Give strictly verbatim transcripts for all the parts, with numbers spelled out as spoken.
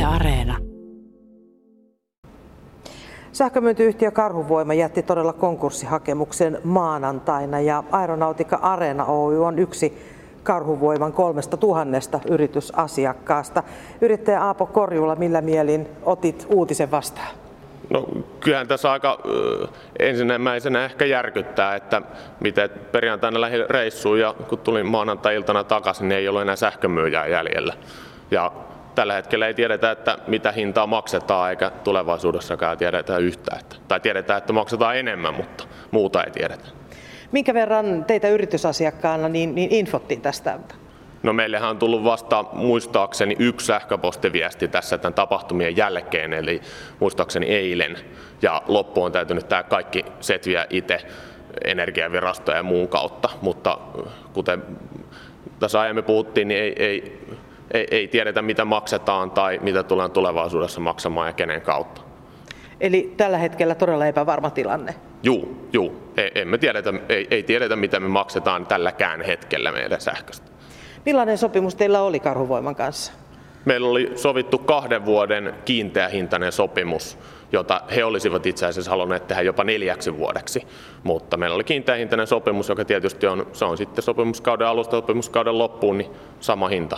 Areena. Sähkömyyntiyhtiö Karhuvoima jätti todella konkurssihakemuksen maanantaina ja Aeronautica Areena Oy on yksi Karhuvoiman kolmesta tuhannesta yritysasiakkaasta. Yrittäjä Aapo Korjula, millä mielin otit uutisen vastaan? No kyllähän tässä aika äh, ensimmäisenä ehkä järkyttää, että miten perjantaina lähdin reissuun ja kun tulin maanantai-iltana takaisin, niin ei ole enää sähkömyyjää jäljellä. Ja tällä hetkellä ei tiedetä, että mitä hintaa maksetaan, eikä tulevaisuudessakaan tiedetä yhtään. Tai tiedetään, että maksetaan enemmän, mutta muuta ei tiedetä. Minkä verran teitä yritysasiakkaana niin, niin infottiin tästä? No meillähän on tullut vasta muistaakseni yksi sähköpostiviesti tässä tämän tapahtumien jälkeen, eli muistaakseni eilen. Ja loppuun on täytynyt tämä kaikki setviä itse energiavirastoja ja muun kautta, mutta kuten tässä aiemmin puhuttiin, niin ei, ei, ei, ei tiedetä mitä maksetaan tai mitä tullaan tulevaisuudessa maksamaan ja kenen kautta. Eli tällä hetkellä todella epävarma tilanne? Juu, juu. Ei, emme tiedetä, ei, ei tiedetä mitä me maksetaan tälläkään hetkellä meidän sähköstä. Millainen sopimus teillä oli Karhuvoiman kanssa? Meillä oli sovittu kahden vuoden kiinteähintainen sopimus, jota he olisivat itse asiassa halunneet tehdä jopa neljäksi vuodeksi. Mutta meillä oli kiinteähintainen sopimus, joka tietysti on, se on sitten sopimuskauden alusta sopimuskauden loppuun, niin sama hinta.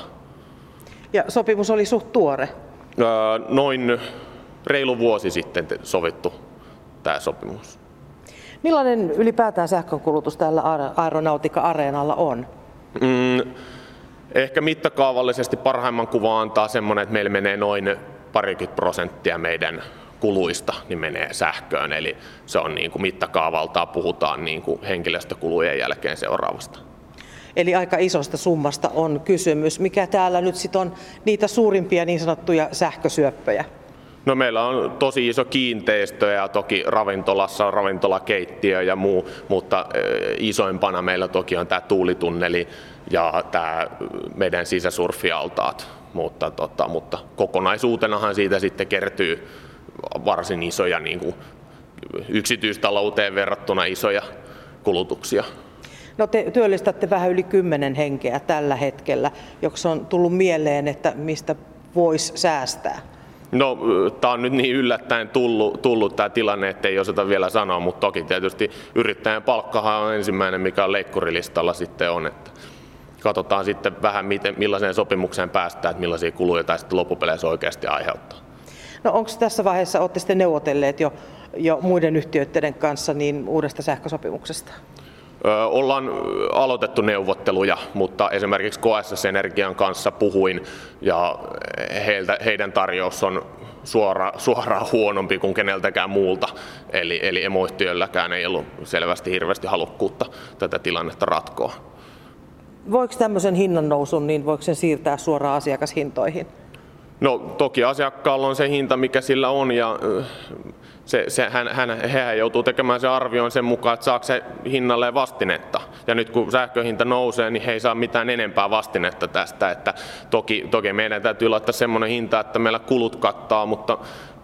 Ja sopimus oli suht tuore? Öö, noin reilu vuosi sitten sovittu tämä sopimus. Millainen ylipäätään sähkönkulutus täällä Aeronautica Areenalla on? Mm, ehkä mittakaavallisesti parhaimman kuvan antaa semmoinen, että meillä menee noin parikymmentä prosenttia meidän kuluista niin menee sähköön. Eli se on niin kuin mittakaavaltaan puhutaan niin kuin henkilöstökulujen jälkeen seuraavasta. Eli aika isosta summasta on kysymys. Mikä täällä nyt sit on niitä suurimpia niin sanottuja sähkösyöppöjä? No meillä on tosi iso kiinteistö ja toki ravintolassa on ravintolakeittiö ja muu, mutta isoimpana meillä toki on tämä tuulitunneli ja tämä meidän sisäsurfialtaat, mutta, tota, mutta kokonaisuutenahan siitä sitten kertyy varsin isoja niin kuin yksityistalouteen verrattuna isoja kulutuksia. No te työllistätte vähän yli kymmenen henkeä tällä hetkellä, joksi on tullut mieleen, että mistä voisi säästää? No, tämä on nyt niin yllättäen tullut, tullut tämä tilanne, ettei osata vielä sanoa, mutta toki tietysti yrittäjän palkkahan on ensimmäinen, mikä on leikkurilistalla sitten on, että katsotaan sitten vähän, miten, millaiseen sopimukseen päästään, että millaisia kuluja tai sitten loppupeleissä oikeasti aiheuttaa. No onko tässä vaiheessa, olette sitten neuvotelleet jo, jo muiden yhtiöiden kanssa niin uudesta sähkösopimuksesta? Ö, ollaan aloitettu neuvotteluja, mutta esimerkiksi K S S-Energian kanssa puhuin ja heiltä, heidän tarjous on suora, suoraan huonompi kuin keneltäkään muulta. Eli, eli emoyhtiölläkään ei ollut selvästi hirveästi halukkuutta tätä tilannetta ratkoa. Voiko tämmöisen hinnan nousun, niin voiko sen siirtää suoraan asiakashintoihin? No toki asiakkaalla on se hinta, mikä sillä on ja se, se, hän, hän, hehän joutuu tekemään sen arvion sen mukaan, että saako se hinnalleen vastinetta. Ja nyt kun sähköhinta nousee, niin he ei saa mitään enempää vastinetta tästä. Että toki, toki meidän täytyy laittaa semmoinen hinta, että meillä kulut kattaa, mutta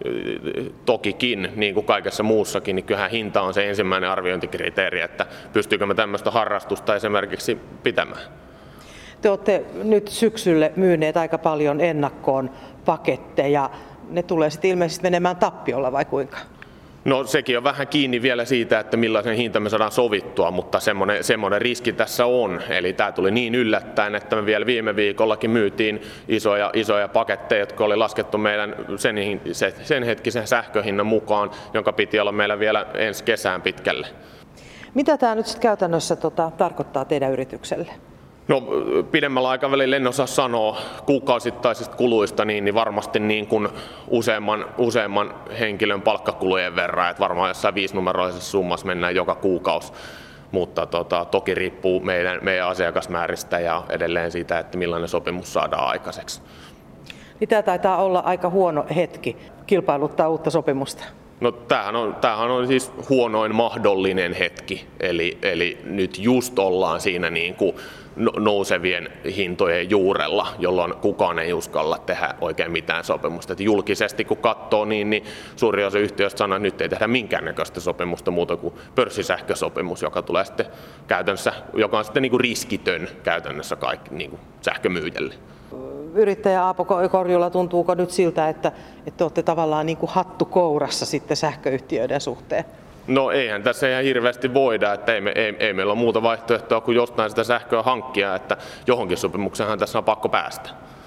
tokikin, niin kuin kaikessa muussakin, niin kyllähän hinta on se ensimmäinen arviointikriteeri, että pystyykö me tämmöistä harrastusta esimerkiksi pitämään. Te olette nyt syksylle myyneet aika paljon ennakkoon paketteja. Ne tulee sitten ilmeisesti menemään tappiolla vai kuinka? No sekin on vähän kiinni vielä siitä, että millaisen hinta me saadaan sovittua, mutta semmoinen, semmoinen riski tässä on. Eli tämä tuli niin yllättäen, että me vielä viime viikollakin myytiin isoja, isoja paketteja, jotka oli laskettu meidän sen, sen hetkisen sähköhinnan mukaan, jonka piti olla meillä vielä ensi kesään pitkälle. Mitä tämä nyt sitten käytännössä tota, tarkoittaa teidän yritykselle? No pidemmällä aikavälillä en osaa sanoa kuukausittaisista kuluista, niin, niin varmasti niin kuin useamman, useamman henkilön palkkakulujen verran, että varmaan jossain viisinumeroisessa summassa mennään joka kuukausi, mutta tota, toki riippuu meidän, meidän asiakasmääristä ja edelleen siitä, että millainen sopimus saadaan aikaiseksi. Niin tämä taitaa olla aika huono hetki kilpailuttaa uutta sopimusta. No tämähän on, tämähän on siis huonoin mahdollinen hetki, eli, eli nyt just ollaan siinä niin kuin nousevien hintojen juurella, jolloin kukaan ei uskalla tehdä oikein mitään sopimusta. Et julkisesti kun katsoo, niin, niin suuri osa yhtiöistä sanoo, että nyt ei tehdä minkäännäköistä sopimusta muuta kuin pörssisähkösopimus, joka tulee sitten käytännössä, joka on sitten niin kuin riskitön käytännössä kaikki niin kuin sähkömyyjälle. yrittäjä Aapo Korjula, tuntuuko nyt siltä, että, että olette tavallaan niin kuin hattu kourassa sitten sähköyhtiöiden suhteen? No eihän tässä ihan hirveästi voida, että ei, me, ei, ei meillä ole muuta vaihtoehtoa kuin jostain sitä sähköä hankkia, että johonkin sopimukseenhan tässä on pakko päästä.